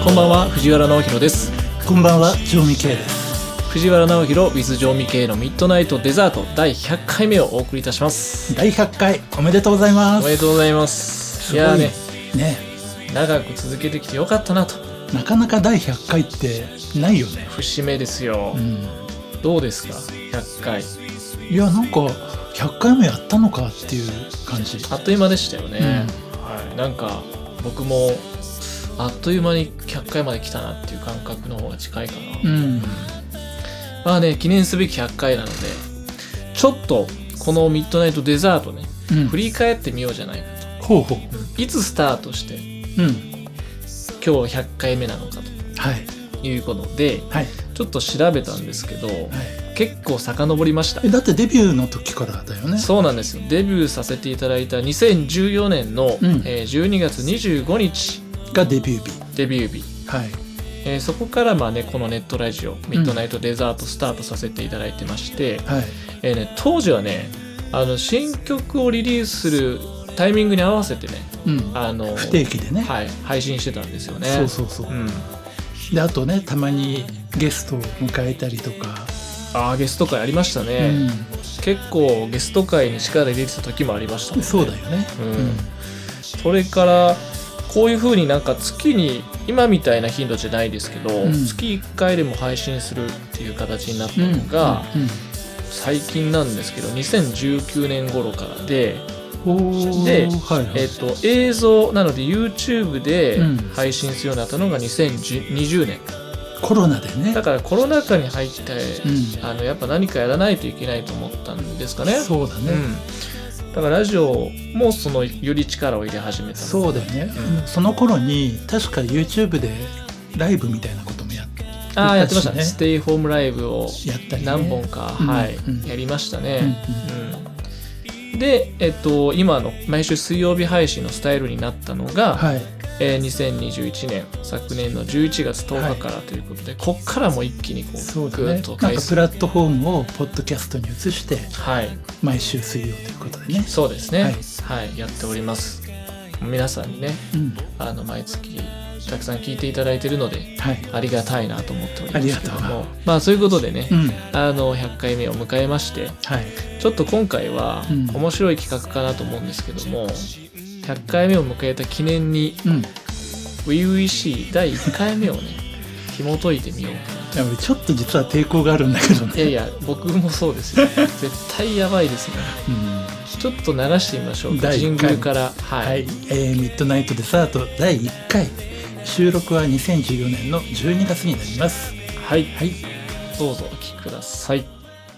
こんばんは、藤原直弘です。 こんばんは、城美圭です。 藤原直弘 with 城美圭のミッドナイトデザート第100回目をお送りいたします。 第100回おめでとうございます。 おめでとうございます。 いやね長く続けてきてよかったなと。 なかなか第100回ってないよね。 節目ですよ、どうですか100回。 いや、なんか100回もやったのかっていう感じ。 あっという間でしたよね、なんか僕もあっという間に100回まで来たなっていう感覚の方が近いかな。まあね、記念すべき100回なのでちょっとこのミッドナイトデザートね、振り返ってみようじゃないかと。いつスタートして、今日100回目なのかということで、ちょっと調べたんですけど、結構遡りました。 だってデビューの時からだよね。 そうなんですよ。デビューさせていただいた2014年の、12月25日がデビュー日。 そこからまあね、このネットラジオミッドナイトデザートスタートさせていただいてまして、当時はね、新曲をリリースするタイミングに合わせてね、 不定期でね、 配信してたんですよね。 そう、であとね、たまにゲストを迎えたりとか。 ゲスト会ありましたね、結構ゲスト会に力入れてた時もありましたもんね。 そうだよね、 それからこういう風になんか月に今みたいな頻度じゃないですけど、月1回でも配信するっていう形になったのが、最近なんですけど2019年頃からで、映像なので YouTube で配信するようになったのが2020年、 コロナでね。 だからコロナ禍に入って、やっぱ何かやらないといけないと思ったんですかね。 そうだね、 だからラジオもより力を入れ始めた。 そうだよね、その頃に確か YouTube でライブみたいなこともやってやってましたね。ステイホームライブをやったり、 何本か、やりましたね、で、今の毎週水曜日配信のスタイルになったのが、2021年昨年の11月10日からということで、こっからも一気にこうグッとなんかプラットフォームをポッドキャストに移して、毎週水曜ということでね。 そうですね、やっております。皆さんにね、毎月たくさん聞いていただいているので、ありがたいなと思っておりますけども、まあそういうことでね、100回目を迎えまして、ちょっと今回は面白い企画かなと思うんですけども、100回目を迎えた記念に初々しい第1回目をね紐解いてみようかな。 いや、ちょっと実は抵抗があるんだけどね。 いや僕もそうですよ絶対やばいですね、ちょっと流してみましょうか、ジングルから。 ミッドナイトデザート第1回収録は2014年の12月になります。 どうぞお聴きください。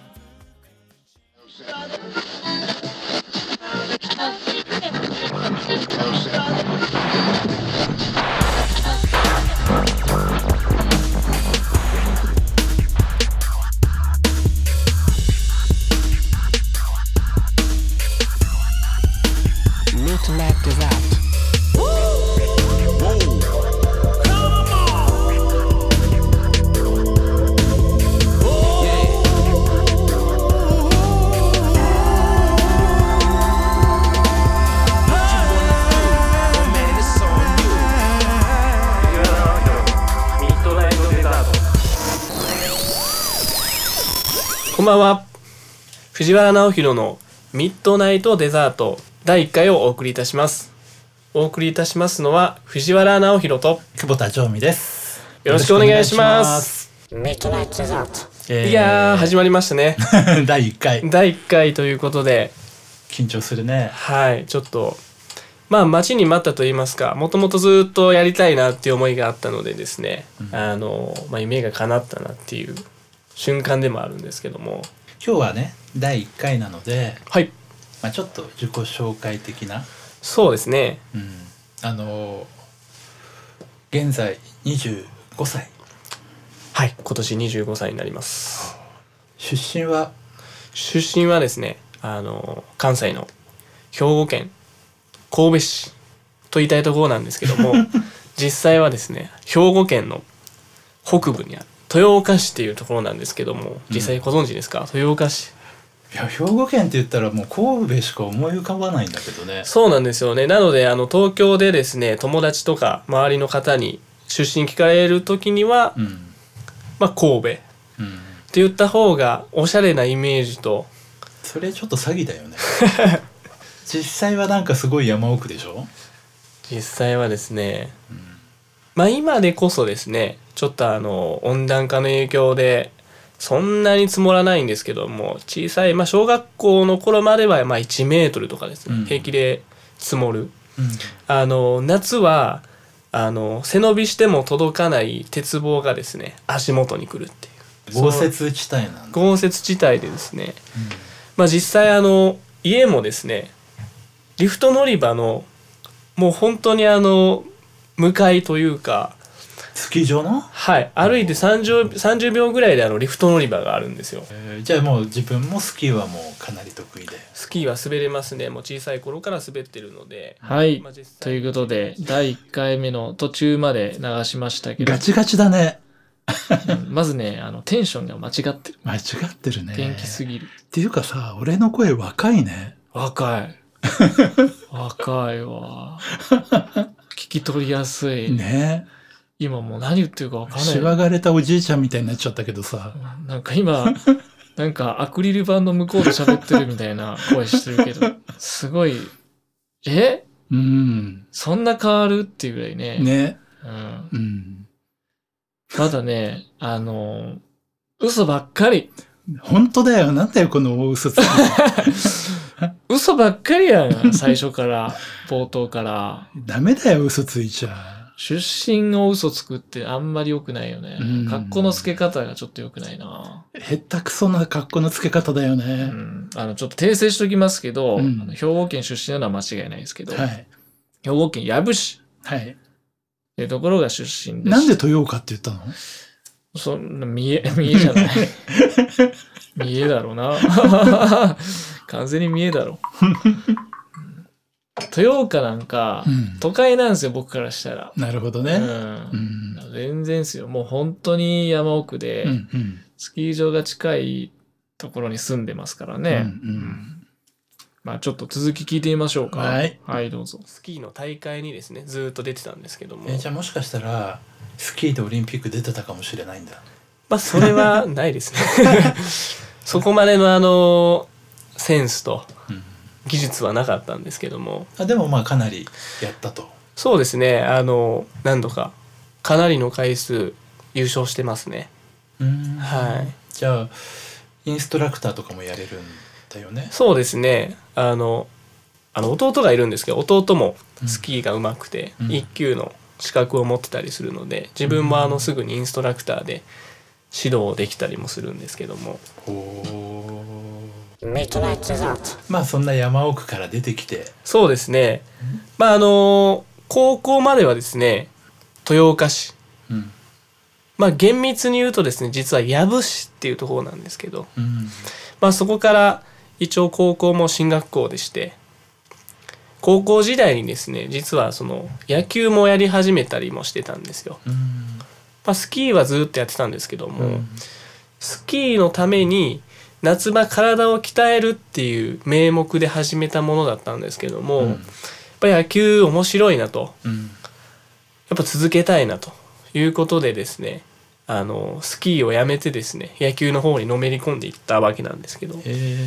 こんばんは、藤原直弘のミッドナイトデザート第1回をお送りいたします。お送りいたしますのは藤原直弘と久保田常美です。 よろしくお願いします。 ミッドナイトデザート、 いやー始まりましたね第1 回ということで緊張するね。 ちょっと待ちに待ったと言いますか、もともとずっとやりたいなっていう思いがあったのでですね、夢が叶ったなっていう瞬間でもあるんですけども、 今日はね第1回なので、ちょっと自己紹介的な。 そうですね、 現在25歳。 今年25歳になります。 出身はですね、関西の兵庫県神戸市と言いたいところなんですけども実際はですね、兵庫県の北部にある豊岡市っていうところなんですけども、実際ご存知ですか、豊岡市。 いや、兵庫県って言ったらもう神戸しか思い浮かばないんだけどね。 そうなんですよね。なので東京でですね、友達とか周りの方に出身聞かれる時には、まあ神戸って言った方がおしゃれなイメージと。 それちょっと詐欺だよね実際はなんかすごい山奥でしょ。 実際はですね、まあ今でこそですね、ちょっと温暖化の影響でそんなに積もらないんですけども、小さい、まあ、小学校の頃まではまあ1メートルとかですね、平気で積もる、夏は背伸びしても届かない鉄棒がですね足元に来るっていう豪雪地帯なんだ。 豪雪地帯でですね、まあ実際家もですねリフト乗り場のもう本当に向かいというか、 スキー場の、 はい、歩いて30秒ぐらいでリフト乗り場があるんですよ。 じゃあもう自分もスキーはもうかなり得意で。 スキーは滑れますね。もう小さい頃から滑ってるので。 はい、ということで第1回目の途中まで流しましたけど、 ガチガチだねまずねテンションが間違ってる。 間違ってるね。 元気すぎるっていうかさ、俺の声若いね。 若い若いわ聞き取りやすいね。 今もう何言ってるか分かんない。 しわがれたおじいちゃんみたいになっちゃったけどさ、 なんか今なんかアクリル板の向こうで喋ってるみたいな声してるけど、すごいそんな変わるっていうぐらいね。 ね。 まだね嘘ばっかり。 本当だよ。なんだよこの大嘘つき嘘ばっかりやん最初から冒頭から。 ダメだよ嘘ついちゃ。 出身を嘘つくってあんまり良くないよね。格好のつけ方がちょっと良くないな。 へったくそな格好のつけ方だよね。 ちょっと訂正しときますけど、兵庫県出身なのは間違いないですけど、兵庫県養父市っていうところが出身です。 なんで豊岡って言ったの？ 三重じゃない三重だろうな完全に三重だろ豊岡なんか、都会なんですよ僕からしたら。 なるほどね。 全然ですよ。もう本当に山奥で、スキー場が近いところに住んでますからね。まあちょっと続き聞いてみましょうか。はいどうぞ。 スキーの大会にですねずっと出てたんですけども、 じゃあもしかしたらスキーでオリンピック出てたかもしれないんだ。 まあそれはないですねそこまでのセンスと技術はなかったんですけども、 でもまあかなりやったと。 そうですね、何度かかなりの回数優勝してますね。 じゃあインストラクターとかもやれるんだよね。 そうですね、弟がいるんですけど、弟もスキーが上手くて、1級の資格を持ってたりするので、自分もすぐにインストラクターで指導できたりもするんですけども。 まあそんな山奥から出てきて。 そうですね、まあ高校まではですね豊岡市、まあ厳密に言うとですね実は養父市っていうところなんですけど、まあそこから一応高校も進学校でして、高校時代にですね実は野球もやり始めたりもしてたんですよ。まあ、スキーはずっとやってたんですけども、スキーのために夏場体を鍛えるっていう名目で始めたものだったんですけども、やっぱ野球面白いなと、やっぱ続けたいなということでですねスキーをやめてですね野球の方にのめり込んでいったわけなんですけど、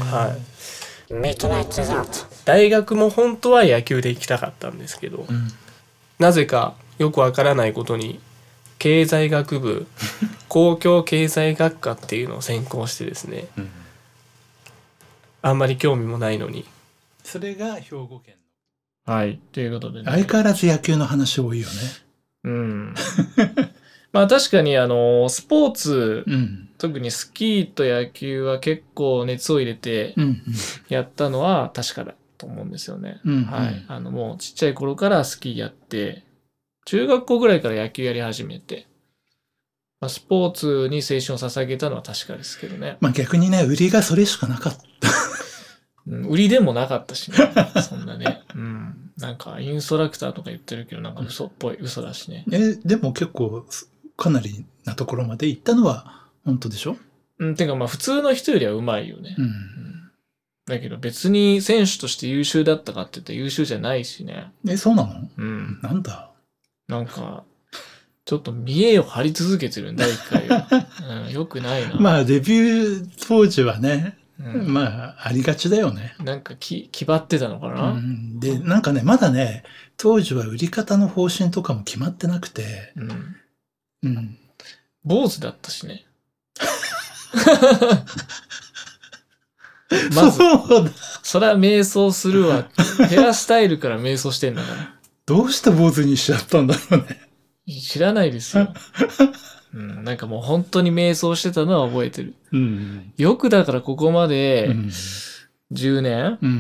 大学も本当は野球で行きたかったんですけど、なぜかよくわからないことに経済学部公共経済学科っていうのを専攻してですね、あんまり興味もないのに。 それが兵庫県の。はいということで、 相変わらず野球の話多いよね。 まあ確かにスポーツ、特にスキーと野球は結構熱を入れてやったのは確かだと思うんですよね。もうちっちゃい頃からスキーやって、中学校ぐらいから野球やり始めて、まあ、スポーツに青春を捧げたのは確かですけどね。 まあ逆にね売りがそれしかなかった売りでもなかったしねそんなね。なんかインストラクターとか言ってるけどなんか嘘っぽい、嘘だしね。 でも結構かなりなところまで行ったのは本当でしょ？ てかまあ普通の人よりはうまいよね。だけど別に選手として優秀だったかって言ったら優秀じゃないしね。 そうなの？なんだ。 なんかちょっと見栄を張り続けてるんだ1回は、うん、よくないな。 まあデビュー当時はね、うん、まあありがちだよね。 なんか気張ってたのかな、 うん、でなんかねまだね当時は売り方の方針とかも決まってなくて、 うんうん、坊主だったしねまずそれは瞑想するわヘアスタイルから瞑想してんだからどうして坊主にしちゃったんだろうね。 知らないですよ、うん、なんかもう本当に瞑想してたのは覚えてる、うん、よくだからここまで10年、うん、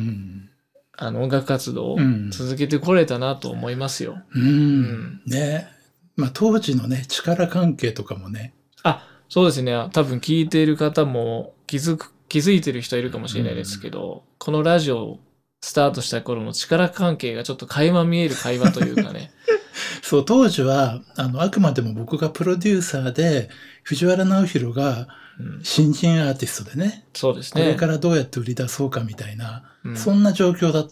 音楽活動を続けてこれたなと思いますよ、 うんうん、ね、まあ当時のね力関係とかもね、 あ、そうですね、多分聞いている方も気づいてる人いるかもしれないですけど、このラジオスタートした頃の力関係がちょっと垣間見える会話というかねそう、当時はあくまでも僕がプロデューサーで藤原直弘が新人アーティストでね、 そうですね、 これからどうやって売り出そうかみたいな、そんな状況だった。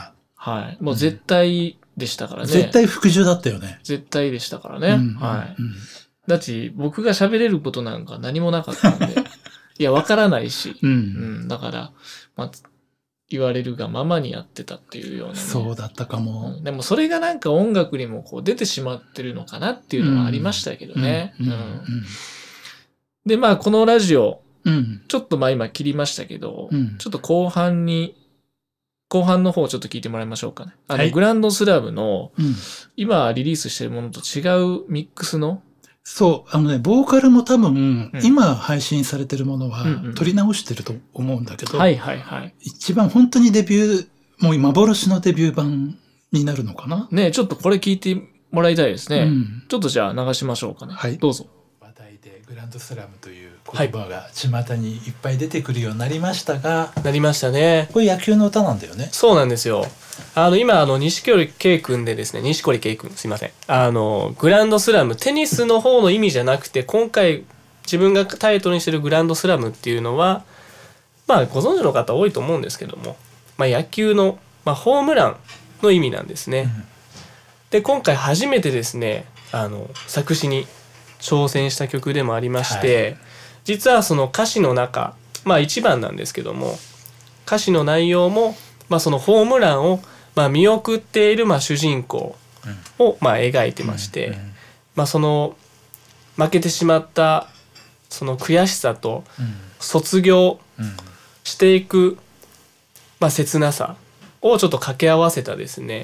はい、もう絶対でしたからね、 絶対服従だったよね。 絶対でしたからね、はい、だって僕が喋れることなんか何もなかったんでいや分からないし、だから、まあ言われるがままにやってたっていうような、ね、 そうだったかも、 でもそれがなんか音楽にもこう出てしまってるのかなっていうのはありましたけどね。でまあこのラジオ、ちょっとまあ今切りましたけど、ちょっと後半の方をちょっと聞いてもらいましょうかね。はい、グランドスラムの、今リリースしてるものと違うミックスの、 そう、ボーカルも多分、今配信されてるものは、取り直してると思うんだけど、一番本当にデビュー、もう幻のデビュー版になるのかな？ ね、ちょっとこれ聞いてもらいたいですね。ちょっとじゃあ流しましょうかね。はい。どうぞ。 話題でグランドスラムという言葉が巷にいっぱい出てくるようになりましたが、 なりましたね。 これ野球の歌なんだよね。 そうなんですよ。今錦織圭君でですね、錦織圭君すいません、グランドスラムテニスの方の意味じゃなくて、今回自分がタイトルにしてるグランドスラムっていうのは、まあご存知の方多いと思うんですけども、まあ、野球の、まあ、ホームランの意味なんですね、で今回初めてですね作詞に挑戦した曲でもありまして、実はその歌詞の中、まあ1番なんですけども、歌詞の内容もまあ、そのホームランをまあ見送っているまあ主人公をまあ描いてまして、まあその負けてしまったその悔しさと卒業していくまあ切なさをちょっと掛け合わせたですね、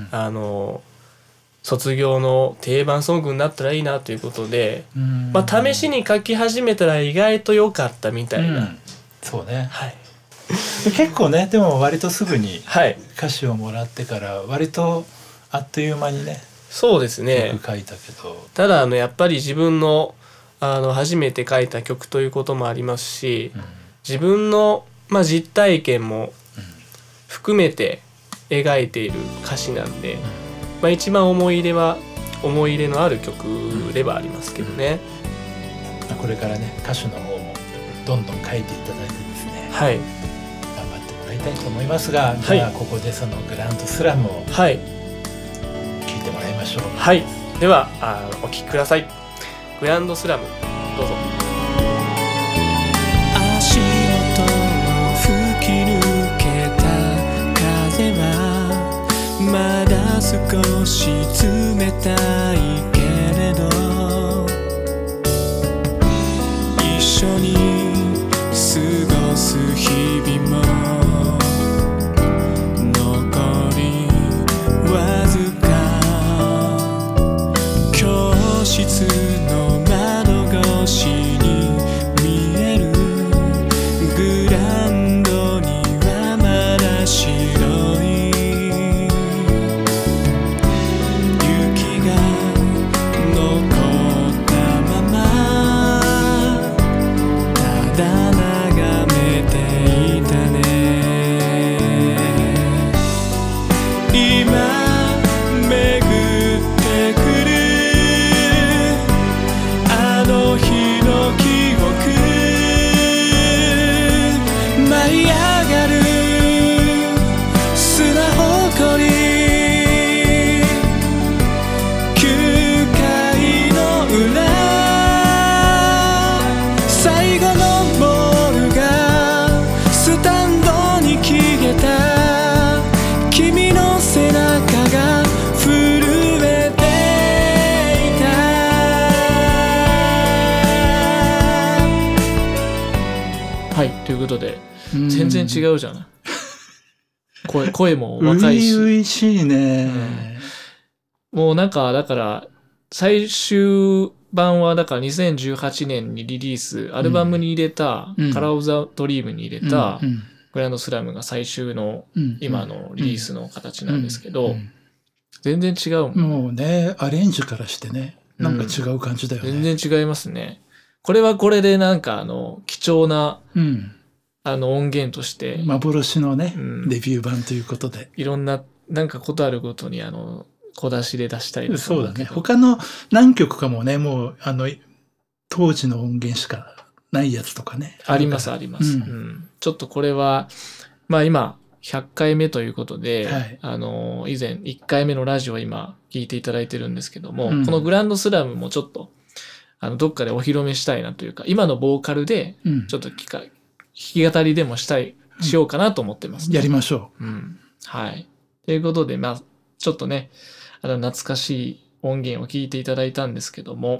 卒業の定番ソングになったらいいなということで、まあ試しに書き始めたら意外と良かったみたいな、 そうね、はい、結構ね、でも割とすぐに歌詞をもらってから割とあっという間にね、 そうですね、 曲書いたけど、 ただやっぱり自分の初めて書いた曲ということもありますし、自分のまあ実体験も含めて描いている歌詞なんで、まあ一番思い入れのある曲ではありますけどね、 これからね歌詞の方もどんどん書いていただいてですね、はい、頑張ってもらいたいと思いますが、じゃあここでそのグランドスラムを聴いてもらいましょう。 はい、ではお聴きください。グランドスラムどうぞ。 足元を吹き抜けた風はまだ少し冷たいけれど、一緒に過ごす日々も残りわずか、教室の窓越しに見えるグランドにはまだ白い雪が残ったまま、ただ眺めていたね。今巡ってくるあの日の記憶、舞い上がる砂埃、9階のことで全然違うじゃない。声も若いし。 初々しいね、 もうなんかだから最終版はだから2018年にリリース、アルバムに入れた、カラーオブザドリームに入れた、グランドスラムが最終の今のリリースの形なんですけど、全然違うもん。 もうね、アレンジからしてね、なんか違う感じだよね。 全然違いますね。これはこれでなんか貴重な、音源として。 幻のね、デビュー版ということで。 いろんな、なんかことあるごとに小出しで出したいです。 そうだね。他の何曲かもね、もう当時の音源しかないやつとかね。 ありますあります。ちょっとこれは、まあ今、100回目ということで、以前1回目のラジオ今聞いていただいてるんですけども、このグランドスラムもちょっと、どっかでお披露目したいなというか、今のボーカルで、ちょっと弾き語りでもしようかなと思ってます、 ね。やりましょう。はい。ということで、まあ、ちょっとね、懐かしい音源を聞いていただいたんですけども、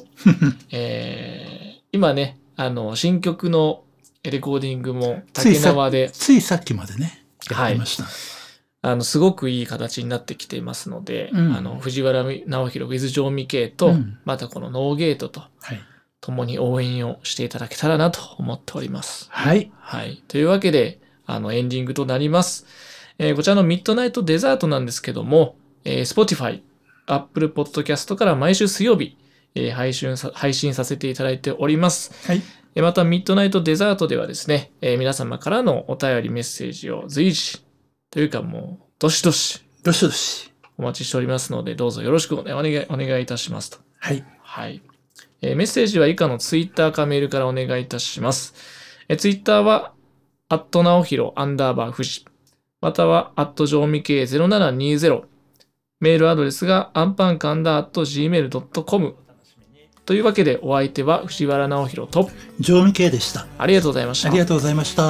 今ね、新曲のレコーディングも竹縄で。 ついさっきまでね、やってました。 すごくいい形になってきていますので、藤原直弘 with ジョーミケイと、またこのノーゲートと、共に応援をしていただけたらなと思っております。 はい。 はい。というわけで、エンディングとなります。こちらのミッドナイトデザートなんですけども、Spotify、Apple Podcast から毎週水曜日、配信させていただいております。 はい。 また、ミッドナイトデザートではですね、皆様からのお便りメッセージを随時、というかもう、どしどしお待ちしておりますので、どうぞよろしくお願いいたしますと。 はい。 はい。メッセージは以下のツイッターかメールからお願いいたします。ツイッターは、直弘_富士、または、ジョーミケイ0720、メールアドレスがanpankanda@gmail.com。というわけで、お相手は藤原直弘と、 ジョーミケイでした。 ありがとうございました。 ありがとうございました。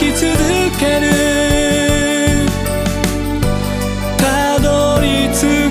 たどり着く